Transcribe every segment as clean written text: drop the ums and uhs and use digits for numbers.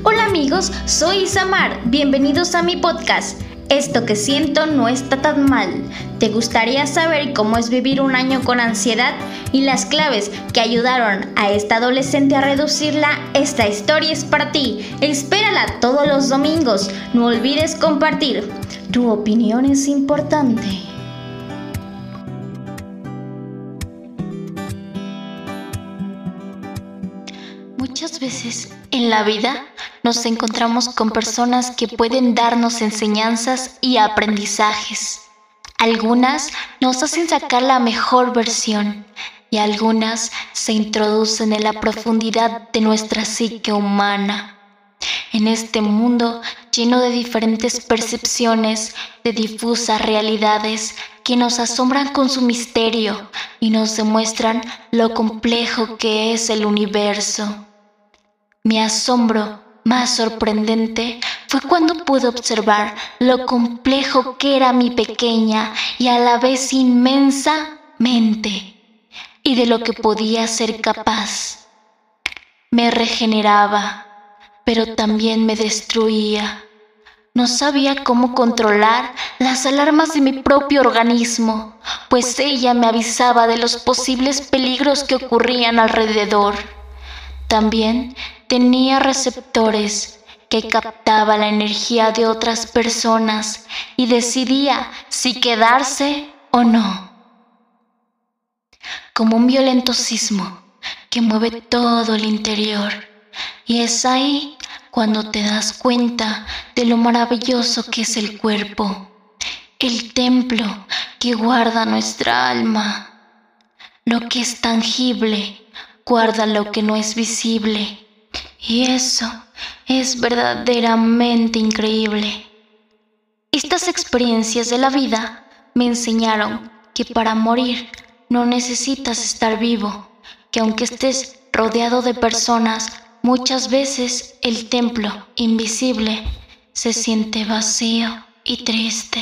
Hola amigos, soy Isamar, bienvenidos a mi podcast. Esto que siento no está tan mal. ¿Te gustaría saber cómo es vivir un año con ansiedad y las claves que ayudaron a esta adolescente a reducirla? Esta historia es para ti. Espérala todos los domingos. No olvides compartir. Tu opinión es importante. Muchas veces en la vida nos encontramos con personas que pueden darnos enseñanzas y aprendizajes. Algunas nos hacen sacar la mejor versión y algunas se introducen en la profundidad de nuestra psique humana. En este mundo lleno de diferentes percepciones, de difusas realidades que nos asombran con su misterio y nos demuestran lo complejo que es el universo. Mi asombro más sorprendente fue cuando pude observar lo complejo que era mi pequeña y a la vez inmensa mente y de lo que podía ser capaz. Me regeneraba, pero también me destruía. No sabía cómo controlar las alarmas de mi propio organismo, pues ella me avisaba de los posibles peligros que ocurrían alrededor. También tenía receptores que captaba la energía de otras personas y decidía si quedarse o no. Como un violento sismo que mueve todo el interior. Y es ahí cuando te das cuenta de lo maravilloso que es el cuerpo, el templo que guarda nuestra alma. Lo que es tangible guarda lo que no es visible. Y eso es verdaderamente increíble. Estas experiencias de la vida me enseñaron que para morir no necesitas estar vivo, que aunque estés rodeado de personas, muchas veces el templo invisible se siente vacío y triste.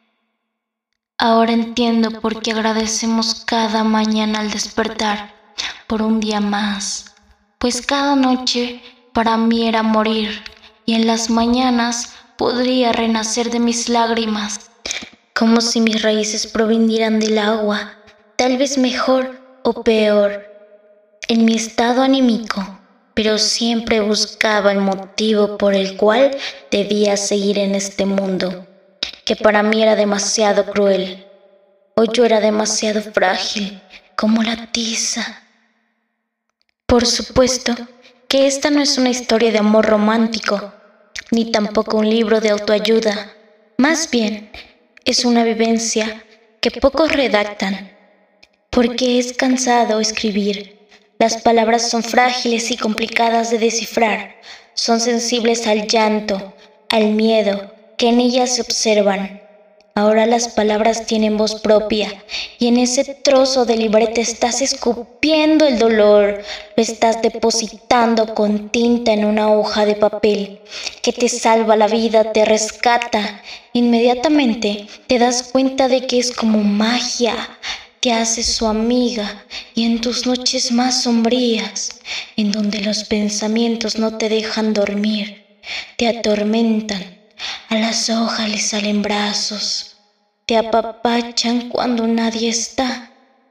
Ahora entiendo por qué agradecemos cada mañana al despertar por un día más, pues cada noche para mí era morir y en las mañanas podría renacer de mis lágrimas, como si mis raíces provinieran del agua, tal vez mejor o peor, en mi estado anímico, pero siempre buscaba el motivo por el cual debía seguir en este mundo, que para mí era demasiado cruel, o yo era demasiado frágil, como la tiza. Por supuesto que esta no es una historia de amor romántico, ni tampoco un libro de autoayuda. Más bien, es una vivencia que pocos redactan, porque es cansado escribir. Las palabras son frágiles y complicadas de descifrar, son sensibles al llanto, al miedo que en ellas se observan. Ahora las palabras tienen voz propia y en ese trozo de libreta estás escupiendo el dolor, lo estás depositando con tinta en una hoja de papel que te salva la vida, te rescata. Inmediatamente te das cuenta de que es como magia, te haces su amiga y en tus noches más sombrías, en donde los pensamientos no te dejan dormir, te atormentan. A las hojas les salen brazos, te apapachan cuando nadie está.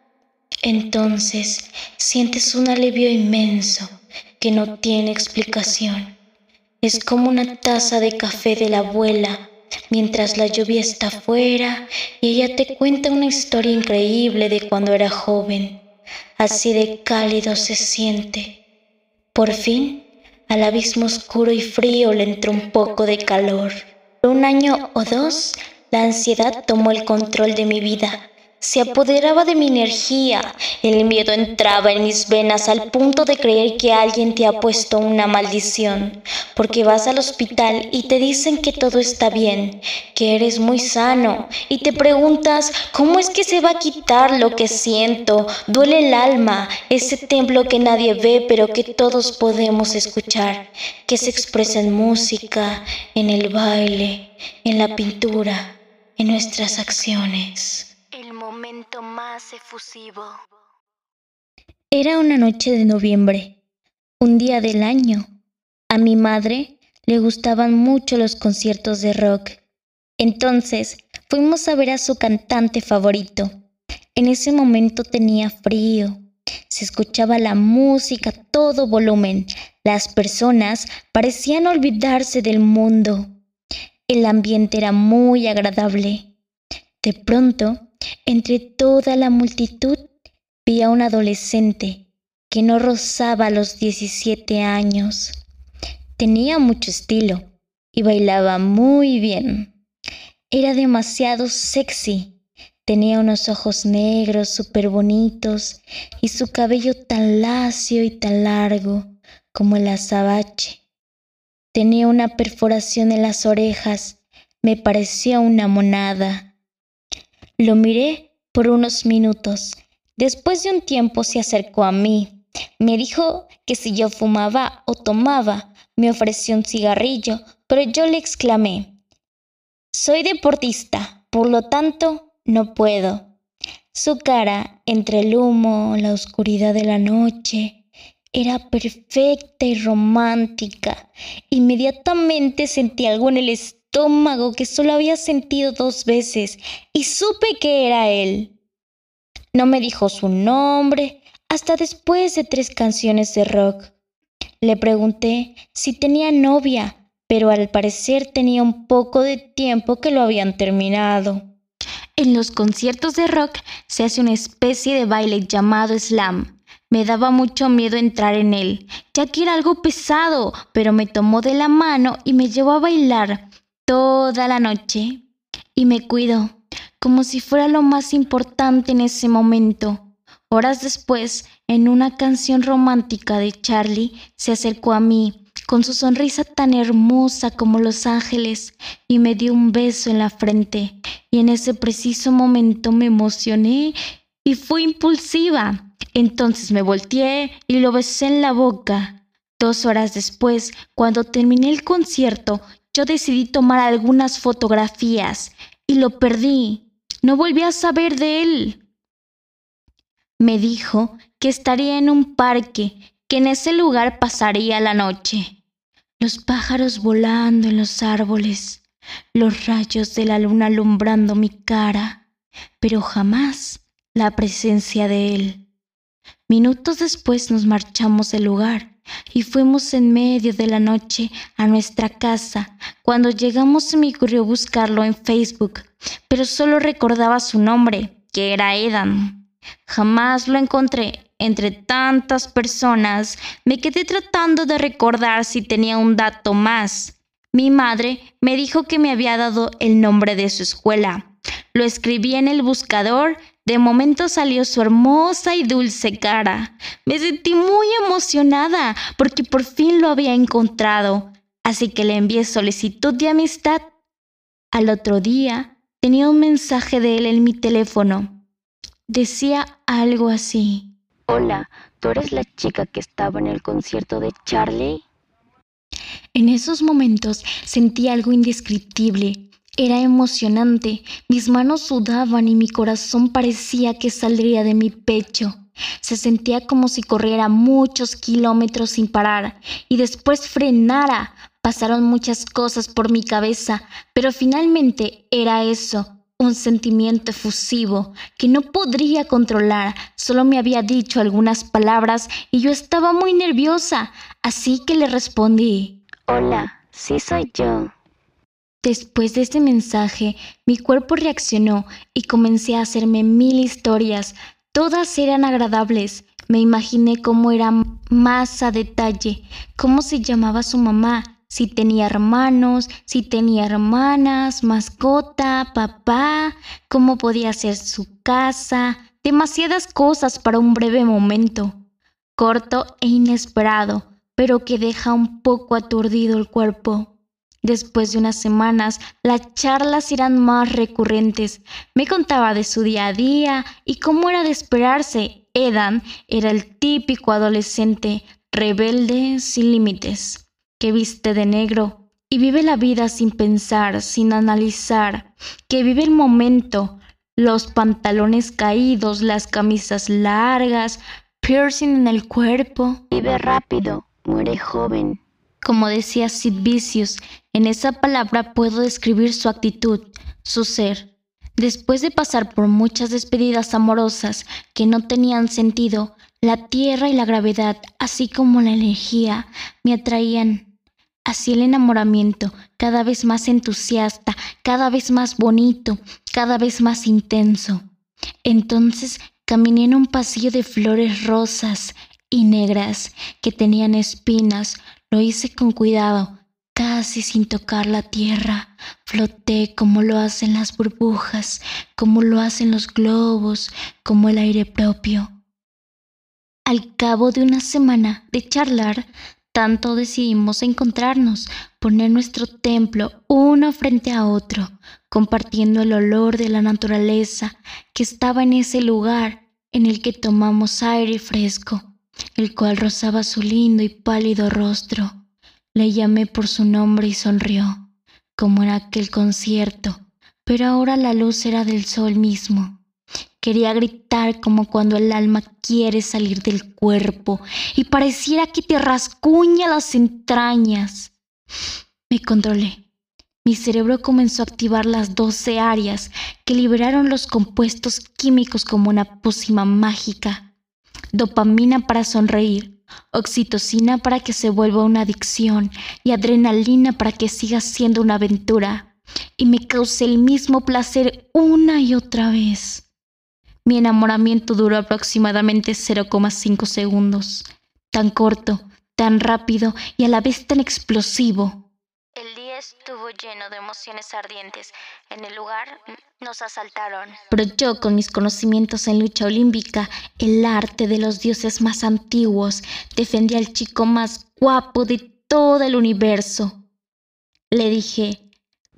Entonces sientes un alivio inmenso que no tiene explicación. Es como una taza de café de la abuela mientras la lluvia está afuera y ella te cuenta una historia increíble de cuando era joven. Así de cálido se siente. Por fin, al abismo oscuro y frío le entró un poco de calor. Por un año o dos, la ansiedad tomó el control de mi vida. Se apoderaba de mi energía, el miedo entraba en mis venas al punto de creer que alguien te ha puesto una maldición, porque vas al hospital y te dicen que todo está bien, que eres muy sano, y te preguntas, ¿cómo es que se va a quitar lo que siento? Duele el alma, ese templo que nadie ve pero que todos podemos escuchar, que se expresa en música, en el baile, en la pintura, en nuestras acciones. El momento más efusivo. Era una noche de noviembre, un día del año. A mi madre Le gustaban mucho los conciertos de rock. Entonces fuimos a ver a su cantante favorito. En ese momento tenía frío. Se escuchaba la música a todo volumen. Las personas parecían olvidarse del mundo. El ambiente era muy agradable. De pronto, entre toda la multitud, vi a un adolescente que no rozaba los 17 años. Tenía mucho estilo y bailaba muy bien. Era demasiado sexy. Tenía unos ojos negros súper bonitos y su cabello tan lacio y tan largo como el azabache. Tenía una perforación en las orejas. Me pareció una monada. Lo miré por unos minutos. Después de un tiempo se acercó a mí. Me dijo que si yo fumaba o tomaba, me ofreció un cigarrillo, pero yo le exclamé: «Soy deportista, por lo tanto, no puedo». Su cara, entre el humo, la oscuridad de la noche, era perfecta y romántica. Inmediatamente sentí algo en el estómago que solo había sentido 2 veces y supe que era él. No me dijo su nombre hasta después de 3 canciones de rock. Le pregunté si tenía novia, pero al parecer tenía un poco de tiempo que lo habían terminado. En los conciertos de rock se hace una especie de baile llamado slam. Me daba mucho miedo entrar en él, ya que era algo pesado, pero me tomó de la mano y me llevó a bailar toda la noche. Y me cuidó, como si fuera lo más importante en ese momento. Horas después, en una canción romántica de Charlie, se acercó a mí, con su sonrisa tan hermosa como los ángeles, y me dio un beso en la frente. Y en ese preciso momento me emocioné y fui impulsiva. Entonces me volteé y lo besé en la boca. 2 horas después, cuando terminé el concierto, yo decidí tomar algunas fotografías y lo perdí. No volví a saber de él. Me dijo que estaría en un parque, que en ese lugar pasaría la noche. Los pájaros volando en los árboles, los rayos de la luna alumbrando mi cara, pero jamás la presencia de él. Minutos después nos marchamos del lugar y fuimos en medio de la noche a nuestra casa. Cuando llegamos se me ocurrió buscarlo en Facebook, pero solo recordaba su nombre, que era Edan. Jamás lo encontré. Entre tantas personas, me quedé tratando de recordar si tenía un dato más. Mi madre me dijo que me había dado el nombre de su escuela. Lo escribí en el buscador. De momento salió su hermosa y dulce cara. Me sentí muy emocionada porque por fin lo había encontrado. Así que le envié solicitud de amistad. Al otro día, tenía un mensaje de él en mi teléfono. Decía algo así: «Hola, ¿tú eres la chica que estaba en el concierto de Charlie?». En esos momentos sentí algo indescriptible. Era emocionante. Mis manos sudaban y mi corazón parecía que saldría de mi pecho. Se sentía como si corriera muchos kilómetros sin parar y después frenara. Pasaron muchas cosas por mi cabeza, pero finalmente era eso. Un sentimiento efusivo que no podría controlar. Solo me había dicho algunas palabras y yo estaba muy nerviosa, así que le respondí: «Hola, sí soy yo». Después de este mensaje, mi cuerpo reaccionó y comencé a hacerme 1000 historias. Todas eran agradables. Me imaginé cómo era más a detalle, cómo se llamaba su mamá, si tenía hermanos, si tenía hermanas, mascota, papá, cómo podía ser su casa, demasiadas cosas para un breve momento, corto e inesperado, pero que deja un poco aturdido el cuerpo. Después de unas semanas, las charlas eran más recurrentes. Me contaba de su día a día y cómo era de esperarse. Edan era el típico adolescente, rebelde, sin límites, que viste de negro y vive la vida sin pensar, sin analizar, que vive el momento, los pantalones caídos, las camisas largas, piercing en el cuerpo. Vive rápido, muere joven. Como decía Sid Vicious, en esa palabra puedo describir su actitud, su ser. Después de pasar por muchas despedidas amorosas que no tenían sentido, la tierra y la gravedad, así como la energía, me atraían. Así el enamoramiento, cada vez más entusiasta, cada vez más bonito, cada vez más intenso. Entonces caminé en un pasillo de flores rosas y negras que tenían espinas. Lo hice con cuidado, casi sin tocar la tierra. Floté como lo hacen las burbujas, como lo hacen los globos, como el aire propio. Al cabo de una semana de charlar, tanto decidimos encontrarnos, poner nuestro templo uno frente a otro, compartiendo el olor de la naturaleza que estaba en ese lugar en el que tomamos aire fresco, el cual rozaba su lindo y pálido rostro. Le llamé por su nombre y sonrió, como en aquel concierto, pero ahora la luz era del sol mismo. Quería gritar como cuando el alma quiere salir del cuerpo y pareciera que te rasguña las entrañas. Me controlé. Mi cerebro comenzó a activar las 12 áreas que liberaron los compuestos químicos como una pócima mágica. Dopamina para sonreír, oxitocina para que se vuelva una adicción y adrenalina para que siga siendo una aventura. Y me causé el mismo placer una y otra vez. Mi enamoramiento duró aproximadamente 0,5 segundos. Tan corto, tan rápido y a la vez tan explosivo. El día estuvo lleno de emociones ardientes. En el lugar nos asaltaron. Pero yo, con mis conocimientos en lucha olímpica, el arte de los dioses más antiguos, defendí al chico más guapo de todo el universo. Le dije,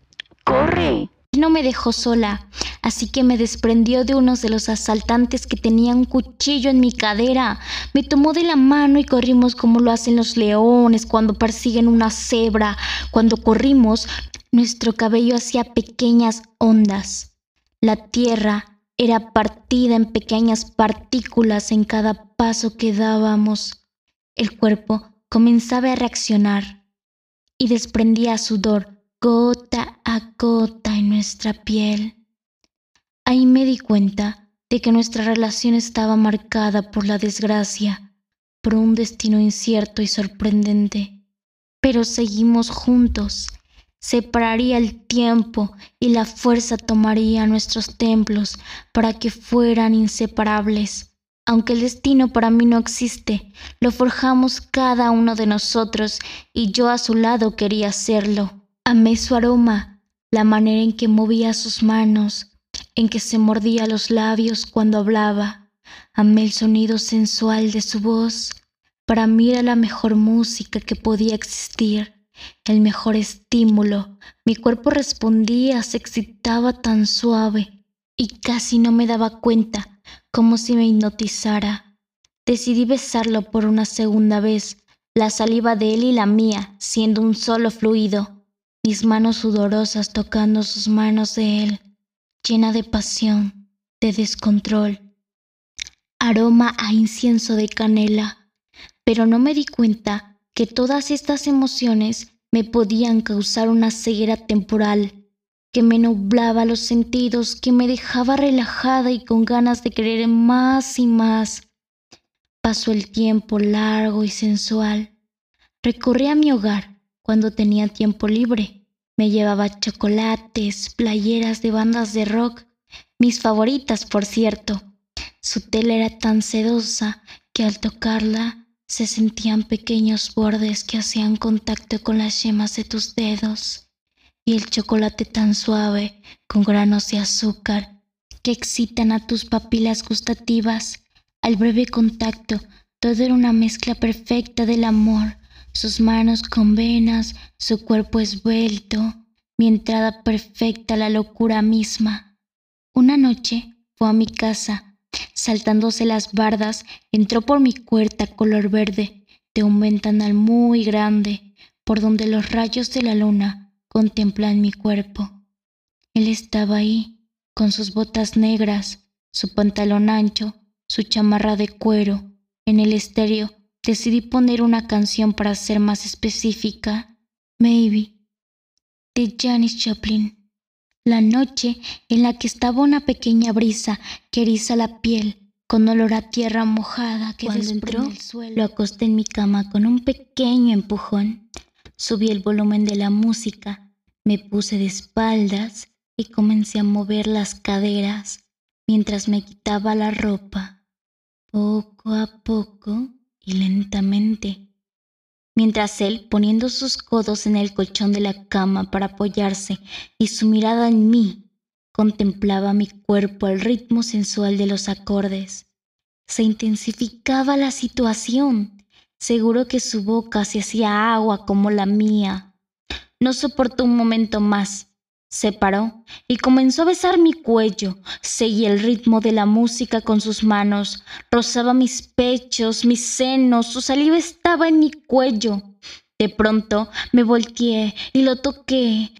¡corre! No me dejó sola, así que me desprendió de unos de los asaltantes que tenía un cuchillo en mi cadera. Me tomó de la mano y corrimos como lo hacen los leones cuando persiguen una cebra. Cuando corrimos, nuestro cabello hacía pequeñas ondas. La tierra era partida en pequeñas partículas en cada paso que dábamos. El cuerpo comenzaba a reaccionar y desprendía sudor gota a gota en nuestra piel. Ahí me di cuenta de que nuestra relación estaba marcada por la desgracia, por un destino incierto y sorprendente. Pero seguimos juntos. Separaría el tiempo y la fuerza tomaría nuestros templos para que fueran inseparables. Aunque el destino para mí no existe, lo forjamos cada uno de nosotros y yo a su lado quería hacerlo. Amé su aroma, la manera en que movía sus manos, en que se mordía los labios cuando hablaba. Amé el sonido sensual de su voz. Para mí era la mejor música que podía existir, el mejor estímulo. Mi cuerpo respondía, se excitaba tan suave y casi no me daba cuenta, como si me hipnotizara. Decidí besarlo por una segunda vez, la saliva de él y la mía, siendo un solo fluido. Mis manos sudorosas tocando sus manos de él, llena de pasión, de descontrol. Aroma a incienso de canela. Pero no me di cuenta que todas estas emociones me podían causar una ceguera temporal, que me nublaba los sentidos, que me dejaba relajada y con ganas de querer más y más. Pasó el tiempo largo y sensual. Recorrí a mi hogar cuando tenía tiempo libre. Me llevaba chocolates, playeras de bandas de rock, mis favoritas por cierto. Su tela era tan sedosa que al tocarla se sentían pequeños bordes que hacían contacto con las yemas de tus dedos. Y el chocolate tan suave, con granos de azúcar, que excitan a tus papilas gustativas. Al breve contacto, todo era una mezcla perfecta del amor. Sus manos con venas, su cuerpo esbelto, mi entrada perfecta a la locura misma. Una noche fue a mi casa, saltándose las bardas, entró por mi puerta color verde, de un ventanal muy grande, por donde los rayos de la luna contemplan mi cuerpo. Él estaba ahí, con sus botas negras, su pantalón ancho, su chamarra de cuero. En el estéreo decidí poner una canción para ser más específica, Maybe, de Janis Joplin. La noche en la que estaba una pequeña brisa que eriza la piel con olor a tierra mojada que Cuando desprende entró, el suelo. Lo acosté en mi cama con un pequeño empujón. Subí el volumen de la música, me puse de espaldas y comencé a mover las caderas mientras me quitaba la ropa, poco a poco y lentamente. Mientras él, poniendo sus codos en el colchón de la cama para apoyarse y su mirada en mí, contemplaba mi cuerpo al ritmo sensual de los acordes. Se intensificaba la situación. Seguro que su boca se hacía agua como la mía. No soportó un momento más. Se paró y comenzó a besar mi cuello. Seguía el ritmo de la música con sus manos. Rozaba mis pechos, mis senos. Su saliva estaba en mi cuello. De pronto me volteé y lo toqué.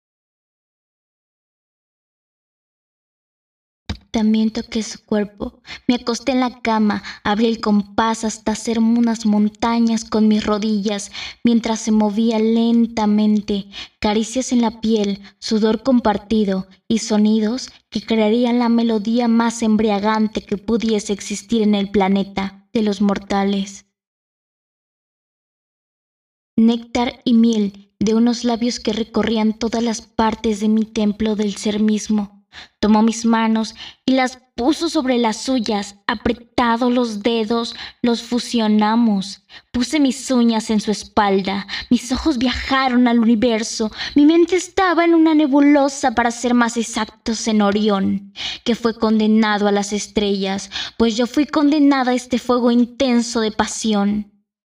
También toqué su cuerpo. Me acosté en la cama, abrí el compás hasta hacer unas montañas con mis rodillas, mientras se movía lentamente, caricias en la piel, sudor compartido y sonidos que crearían la melodía más embriagante que pudiese existir en el planeta de los mortales. Néctar y miel de unos labios que recorrían todas las partes de mi templo del ser mismo. Tomó mis manos y las puso sobre las suyas, apretados los dedos, los fusionamos. Puse mis uñas en su espalda, mis ojos viajaron al universo, mi mente estaba en una nebulosa, para ser más exactos en Orión, que fue condenado a las estrellas, pues yo fui condenada a este fuego intenso de pasión.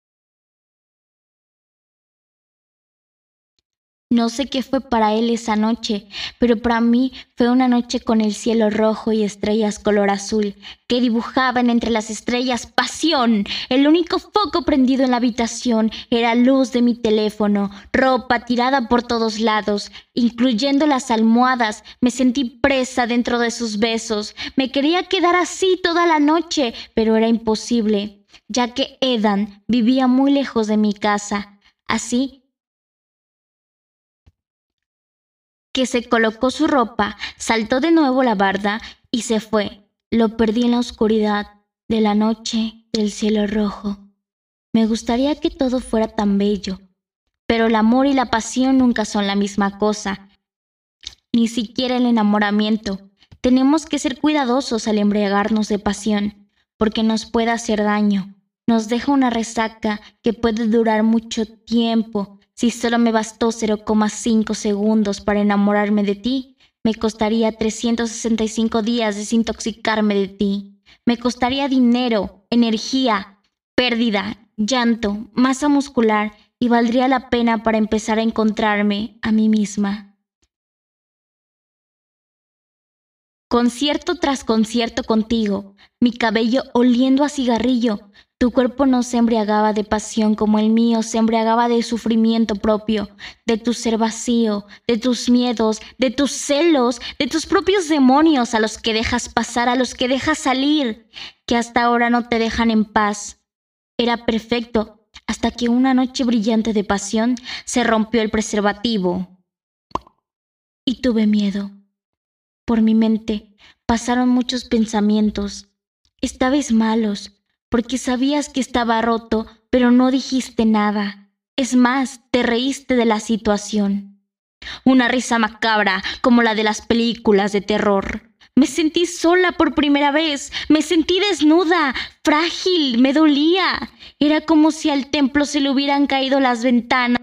No sé qué fue para él esa noche, pero para mí fue una noche con el cielo rojo y estrellas color azul, que dibujaban entre las estrellas pasión. El único foco prendido en la habitación era luz de mi teléfono, ropa tirada por todos lados, incluyendo las almohadas. Me sentí presa dentro de sus besos. Me quería quedar así toda la noche, pero era imposible, ya que Edan vivía muy lejos de mi casa. Así que se colocó su ropa, saltó de nuevo la barda y se fue. Lo perdí en la oscuridad de la noche del cielo rojo. Me gustaría que todo fuera tan bello, pero el amor y la pasión nunca son la misma cosa, ni siquiera el enamoramiento. Tenemos que ser cuidadosos al embriagarnos de pasión, porque nos puede hacer daño. Nos deja una resaca que puede durar mucho tiempo. Si solo me bastó 0,5 segundos para enamorarme de ti, me costaría 365 días desintoxicarme de ti. Me costaría dinero, energía, pérdida, llanto, masa muscular, y valdría la pena para empezar a encontrarme a mí misma. Concierto tras concierto contigo, mi cabello oliendo a cigarrillo. Tu cuerpo no se embriagaba de pasión como el mío se embriagaba de sufrimiento propio, de tu ser vacío, de tus miedos, de tus celos, de tus propios demonios, a los que dejas pasar, a los que dejas salir, que hasta ahora no te dejan en paz. Era perfecto, hasta que una noche brillante de pasión se rompió el preservativo. Y tuve miedo. Por mi mente pasaron muchos pensamientos. Esta vez malos, porque sabías que estaba roto, pero no dijiste nada. Es más, te reíste de la situación. Una risa macabra, como la de las películas de terror. Me sentí sola por primera vez, me sentí desnuda, frágil, me dolía. Era como si al templo se le hubieran caído las ventanas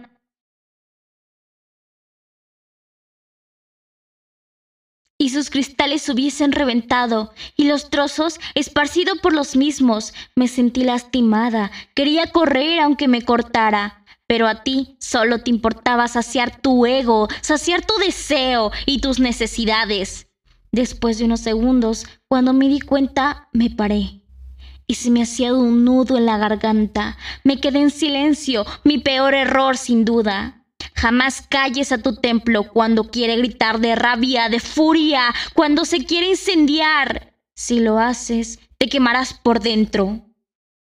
y sus cristales hubiesen reventado, y los trozos esparcidos por los mismos. Me sentí lastimada, quería correr aunque me cortara. Pero a ti solo te importaba saciar tu ego, saciar tu deseo y tus necesidades. Después de unos segundos, cuando me di cuenta, me paré. Y se me hacía un nudo en la garganta. Me quedé en silencio, mi peor error sin duda. Jamás calles a tu templo cuando quiere gritar de rabia, de furia, cuando se quiere incendiar. Si lo haces, te quemarás por dentro.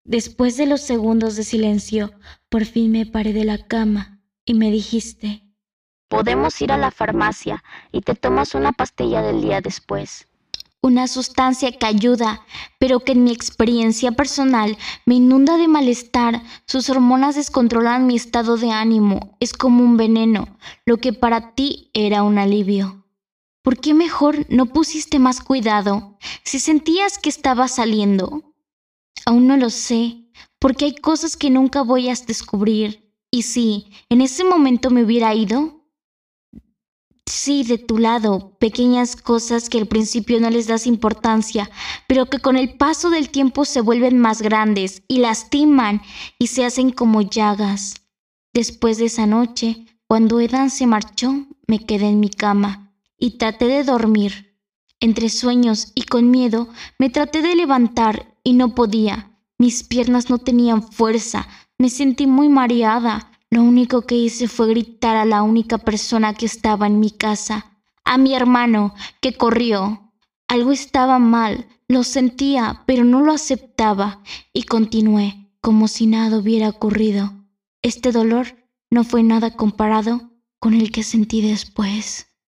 Después de los segundos de silencio, por fin me paré de la cama y me dijiste: podemos ir a la farmacia y te tomas una pastilla del día después. Una sustancia que ayuda, pero que en mi experiencia personal me inunda de malestar. Sus hormonas descontrolan mi estado de ánimo. Es como un veneno, lo que para ti era un alivio. ¿Por qué mejor no pusiste más cuidado si sentías que estaba saliendo? Aún no lo sé, porque hay cosas que nunca voy a descubrir. Y si en ese momento me hubiera ido, sí, de tu lado, pequeñas cosas que al principio no les das importancia, pero que con el paso del tiempo se vuelven más grandes y lastiman y se hacen como llagas. Después de esa noche, cuando Edan se marchó, me quedé en mi cama y traté de dormir. Entre sueños y con miedo, me traté de levantar y no podía. Mis piernas no tenían fuerza, me sentí muy mareada. Lo único que hice fue gritar a la única persona que estaba en mi casa, a mi hermano, que corrió. Algo estaba mal, lo sentía, pero no lo aceptaba, y continué, como si nada hubiera ocurrido. Este dolor no fue nada comparado con el que sentí después.